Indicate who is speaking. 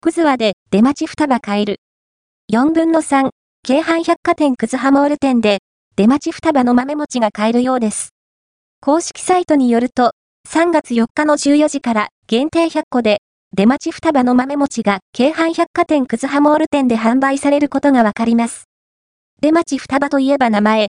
Speaker 1: くずわで出町双葉買える。4分の3、京阪百貨店くずはモール店で、出町双葉の豆餅が買えるようです。公式サイトによると、3月4日の14時から限定100個で、出町双葉の豆餅が京阪百貨店くずはモール店で販売されることがわかります。出町双葉といえば名前、